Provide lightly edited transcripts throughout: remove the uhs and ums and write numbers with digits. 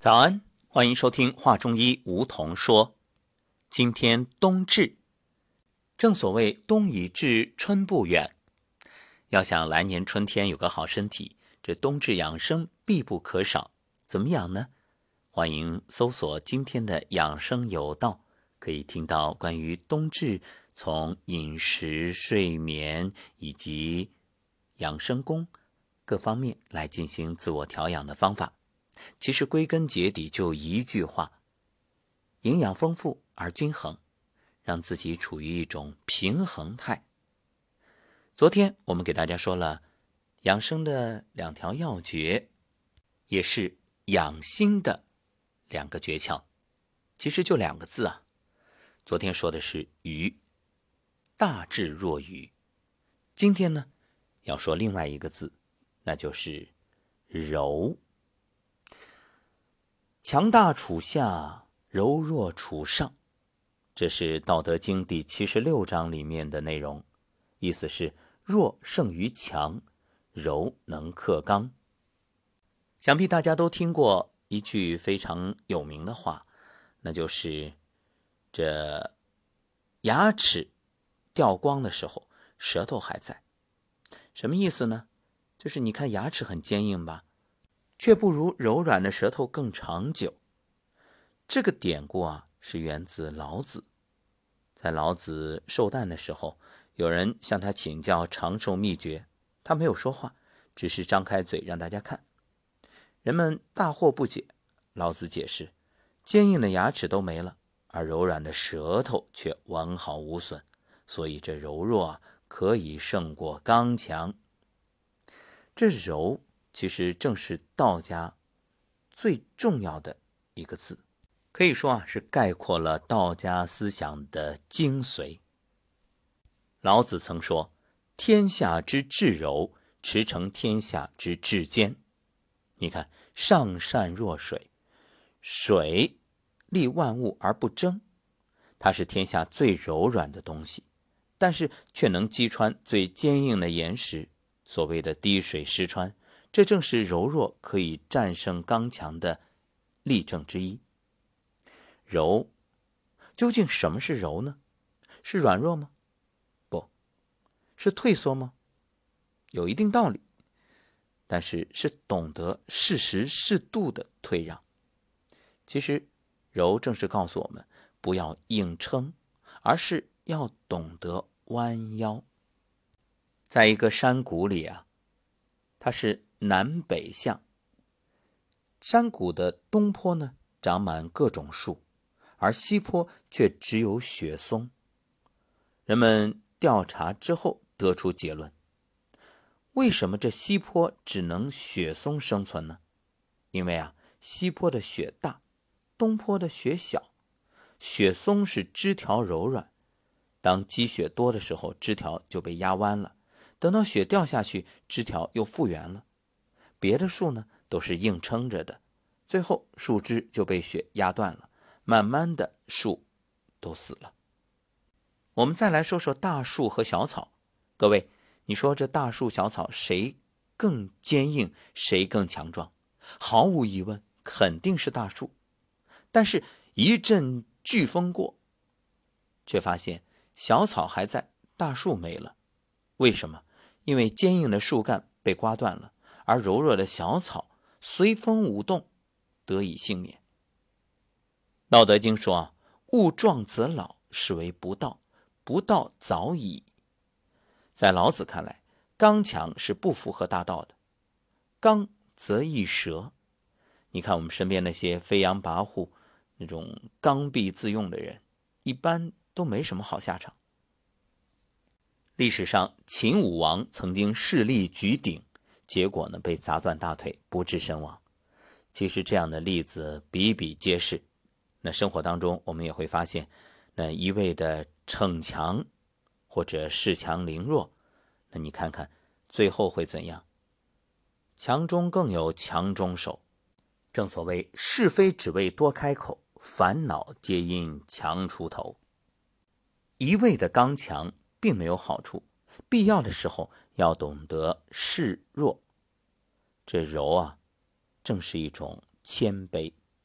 早安，欢迎收听话中医梧桐说。今天冬至，正所谓冬已至，春不远。要想来年春天有个好身体，这冬至养生必不可少。怎么养呢？欢迎搜索今天的养生有道，可以听到关于冬至从饮食、睡眠以及养生功各方面来进行自我调养的方法。其实归根结底就一句话：营养丰富而均衡，让自己处于一种平衡态。昨天我们给大家说了养生的2条要诀，也是养心的2个诀窍，其实就2个字啊。昨天说的是愚，大智若愚。今天呢，要说另外一个字，那就是柔。强大处下，柔弱处上，这是《道德经》第76章里面的内容，意思是弱胜于强，柔能克刚。想必大家都听过一句非常有名的话，那就是这牙齿掉光的时候，舌头还在。什么意思呢？就是你看牙齿很坚硬吧，却不如柔软的舌头更长久。这个典故啊，是源自老子。在老子寿诞的时候，有人向他请教长寿秘诀，他没有说话，只是张开嘴让大家看。人们大惑不解，老子解释，坚硬的牙齿都没了，而柔软的舌头却完好无损，所以这柔弱啊，可以胜过刚强。这柔其实正是道家最重要的一个字，可以说啊，是概括了道家思想的精髓。老子曾说，天下之至柔，驰骋天下之至坚。你看，上善若水，水利万物而不争，它是天下最柔软的东西，但是却能击穿最坚硬的岩石。所谓的滴水石穿，这正是柔弱可以战胜刚强的例证之一。柔，究竟什么是柔呢？是软弱吗？不。是退缩吗？有一定道理，但是是懂得适时适度的退让。其实柔正是告诉我们，不要硬撑，而是要懂得弯腰。在一个山谷里啊，它是南北向，山谷的东坡呢，长满各种树，而西坡却只有雪松。人们调查之后得出结论，为什么这西坡只能雪松生存呢？因为啊，西坡的雪大，东坡的雪小。雪松是枝条柔软，当积雪多的时候，枝条就被压弯了，等到雪掉下去，枝条又复原了。别的树呢，都是硬撑着的，最后树枝就被雪压断了，慢慢的树都死了。我们再来说说大树和小草。各位，你说这大树小草谁更坚硬，谁更强壮？毫无疑问，肯定是大树。但是一阵飓风过，却发现小草还在，大树没了。为什么？因为坚硬的树干被刮断了，而柔弱的小草随风舞动，得以幸免。道德经说啊，物壮则老，是为不道，不道早已。在老子看来，刚强是不符合大道的。刚则易折。你看我们身边那些飞扬跋扈、那种刚愎自用的人，一般都没什么好下场。历史上秦武王曾经势力举鼎，结果呢被砸断大腿，不治身亡。其实这样的例子比比皆是。那生活当中我们也会发现，那一味的逞强或者恃强凌弱，那你看看最后会怎样？强中更有强中手。正所谓是非只为多开口，烦恼皆因强出头。一味的刚强并没有好处，必要的时候要懂得示弱。这柔啊，正是一种谦卑。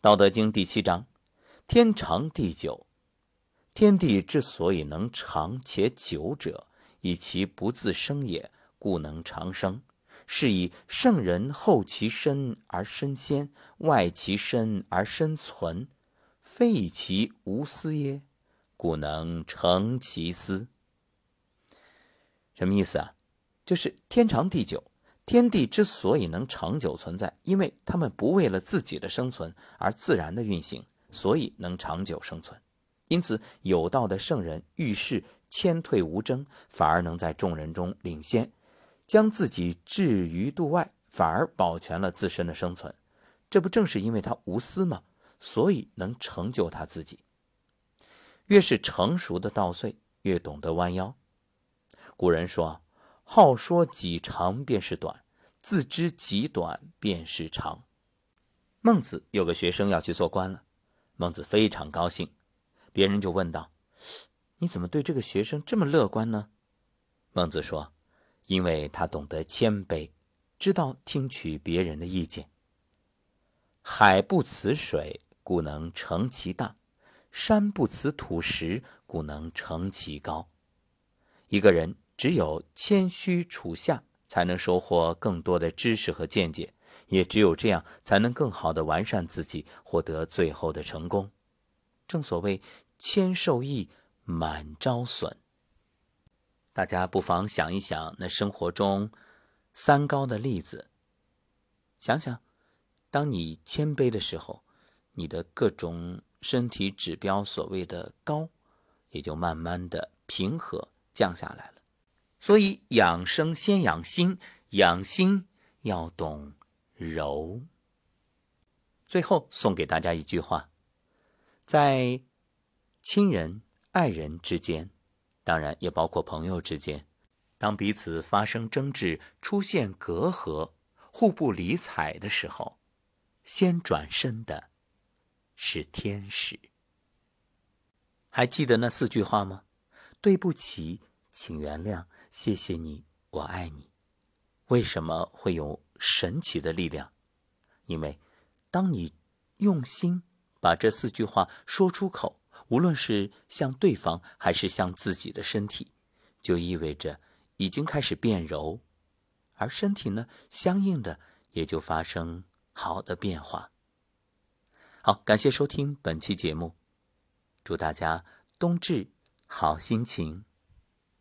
道德经第7章，天长地久。天地之所以能长且久者，以其不自生也，故能长生。是以圣人后其身而身先，外其身而身存，非以其无私耶，故能成其私。什么意思啊？就是天长地久，天地之所以能长久存在，因为他们不为了自己的生存而自然的运行，所以能长久生存。因此有道的圣人遇事谦退无争，反而能在众人中领先，将自己置于度外，反而保全了自身的生存。这不正是因为他无私吗？所以能成就他自己。越是成熟的稻穗，越懂得弯腰。古人说，好说己长便是短，自知己短便是长。孟子有个学生要去做官了，孟子非常高兴。别人就问道，你怎么对这个学生这么乐观呢？孟子说，因为他懂得谦卑，知道听取别人的意见。海不辞水，故能成其大；山不辞土石，故能成其高。一个人只有谦虚处下，才能收获更多的知识和见解，也只有这样，才能更好地完善自己，获得最后的成功。正所谓谦受益，满招损。大家不妨想一想那生活中三高的例子，想想当你谦卑的时候，你的各种身体指标所谓的高也就慢慢的平和降下来了。所以养生先养心，养心要懂柔。最后送给大家一句话，在亲人爱人之间，当然也包括朋友之间，当彼此发生争执，出现隔阂，互不理睬的时候，先转身的是天使。还记得那4句话吗？对不起，请原谅，谢谢你，我爱你。为什么会有神奇的力量？因为当你用心把这4句话说出口，无论是向对方还是向自己的身体，就意味着已经开始变柔，而身体呢，相应的也就发生好的变化。好，感谢收听本期节目，祝大家冬至好心情。